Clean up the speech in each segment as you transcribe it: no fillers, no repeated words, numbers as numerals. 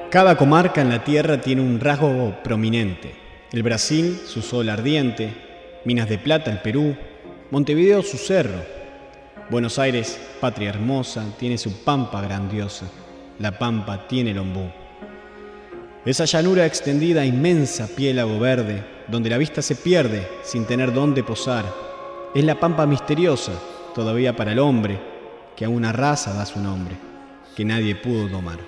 Cada comarca en la tierra tiene un rasgo prominente. El Brasil, su sol ardiente; Minas de Plata, el Perú; Montevideo, su cerro; Buenos Aires, patria hermosa, tiene su pampa grandiosa. La pampa tiene el ombú. Esa llanura extendida, inmensa piélago verde, donde la vista se pierde sin tener dónde posar, es la pampa misteriosa, todavía para el hombre, que a una raza da su nombre, que nadie pudo domar.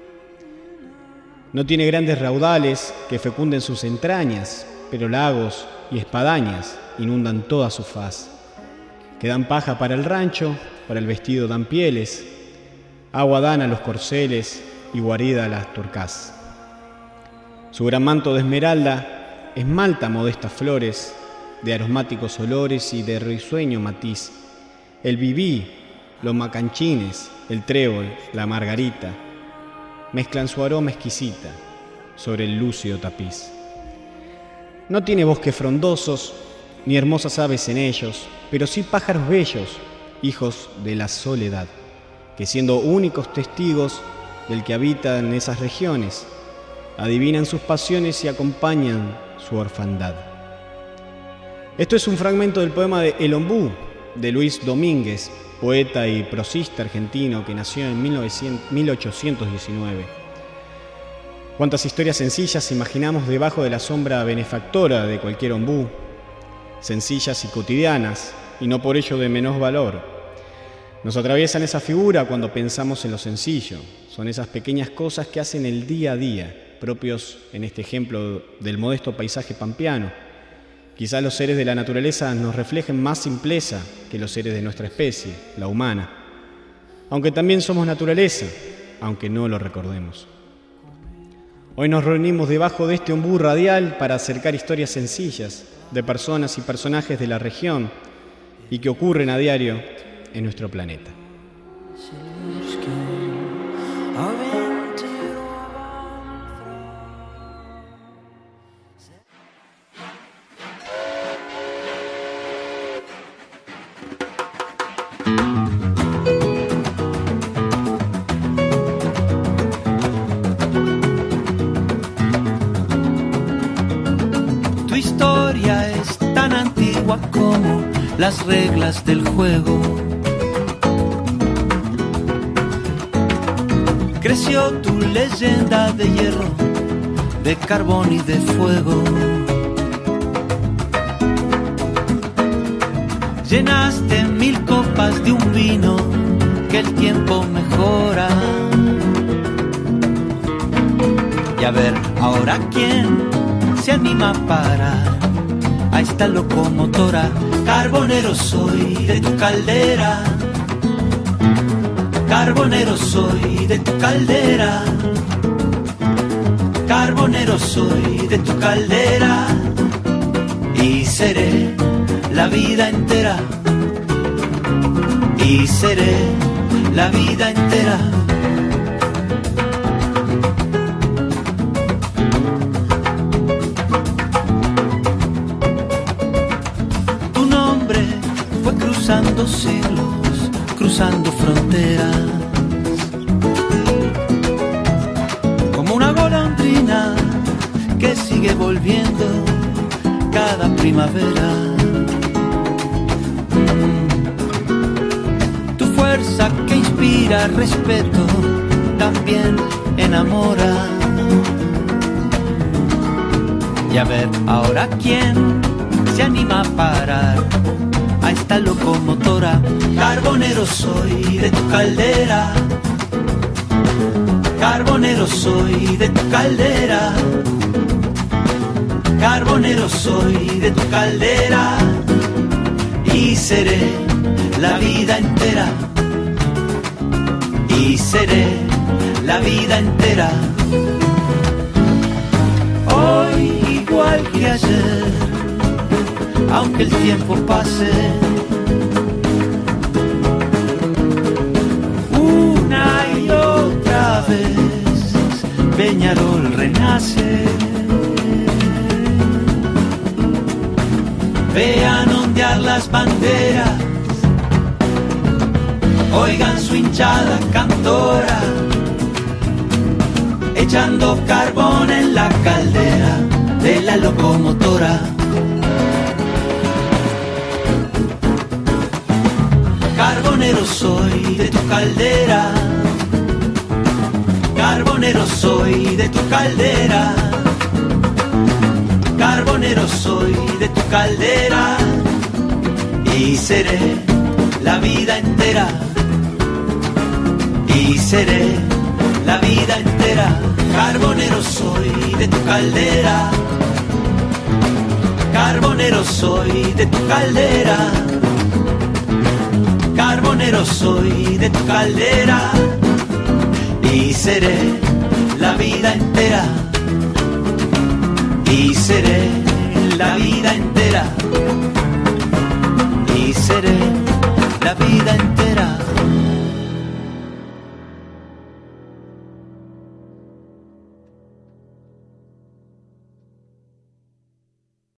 No tiene grandes raudales que fecunden sus entrañas, pero lagos y espadañas inundan toda su faz, que dan paja para el rancho, para el vestido dan pieles, agua dan a los corceles y guarida a las turcás. Su gran manto de esmeralda esmalta modestas flores, de aromáticos olores y de risueño matiz. El bibí, los macanchines, el trébol, la margarita, mezclan su aroma exquisita sobre el lúcido tapiz. No tiene bosques frondosos, ni hermosas aves en ellos, pero sí pájaros bellos, hijos de la soledad, que siendo únicos testigos del que habita en esas regiones, adivinan sus pasiones y acompañan su orfandad. Esto es un fragmento del poema de El Ombú, de Luis Domínguez, poeta y prosista argentino que nació en 1819. Cuántas historias sencillas imaginamos debajo de la sombra benefactora de cualquier ombú, sencillas y cotidianas, y no por ello de menos valor. Nos atraviesan esa figura cuando pensamos en lo sencillo. Son esas pequeñas cosas que hacen el día a día, propios en este ejemplo del modesto paisaje pampeano. Quizás los seres de la naturaleza nos reflejen más simpleza que los seres de nuestra especie, la humana, aunque también somos naturaleza, aunque no lo recordemos. Hoy nos reunimos debajo de este ombú radial para acercar historias sencillas de personas y personajes de la región y que ocurren a diario en nuestro planeta. Como las reglas del juego. Creció tu leyenda de hierro, de carbón y de fuego. Llenaste 1000 copas de un vino que el tiempo mejora. Y a ver, ahora quién se anima a parar a esta locomotora. Carbonero soy de tu caldera, carbonero soy de tu caldera, carbonero soy de tu caldera, y seré la vida entera, y seré la vida entera. Cruzando siglos, cruzando fronteras, como una golondrina que sigue volviendo cada primavera. Tu fuerza que inspira respeto también enamora. Y a ver, ahora quién se anima a parar a esta locomotora. Carbonero soy de tu caldera, carbonero soy de tu caldera, carbonero soy de tu caldera, y seré la vida entera, y seré la vida entera. Hoy igual que ayer, aunque el tiempo pase, una y otra vez Peñarol renace. Vean ondear las banderas, oigan su hinchada cantora, echando carbón en la caldera de la locomotora. Carbonero soy de tu caldera, carbonero soy de tu caldera, carbonero soy de tu caldera, y seré la vida entera, y seré la vida entera. Carbonero soy de tu caldera, carbonero soy de tu caldera, carbonero soy de tu caldera, y seré la vida entera, y seré la vida entera, y seré la vida entera.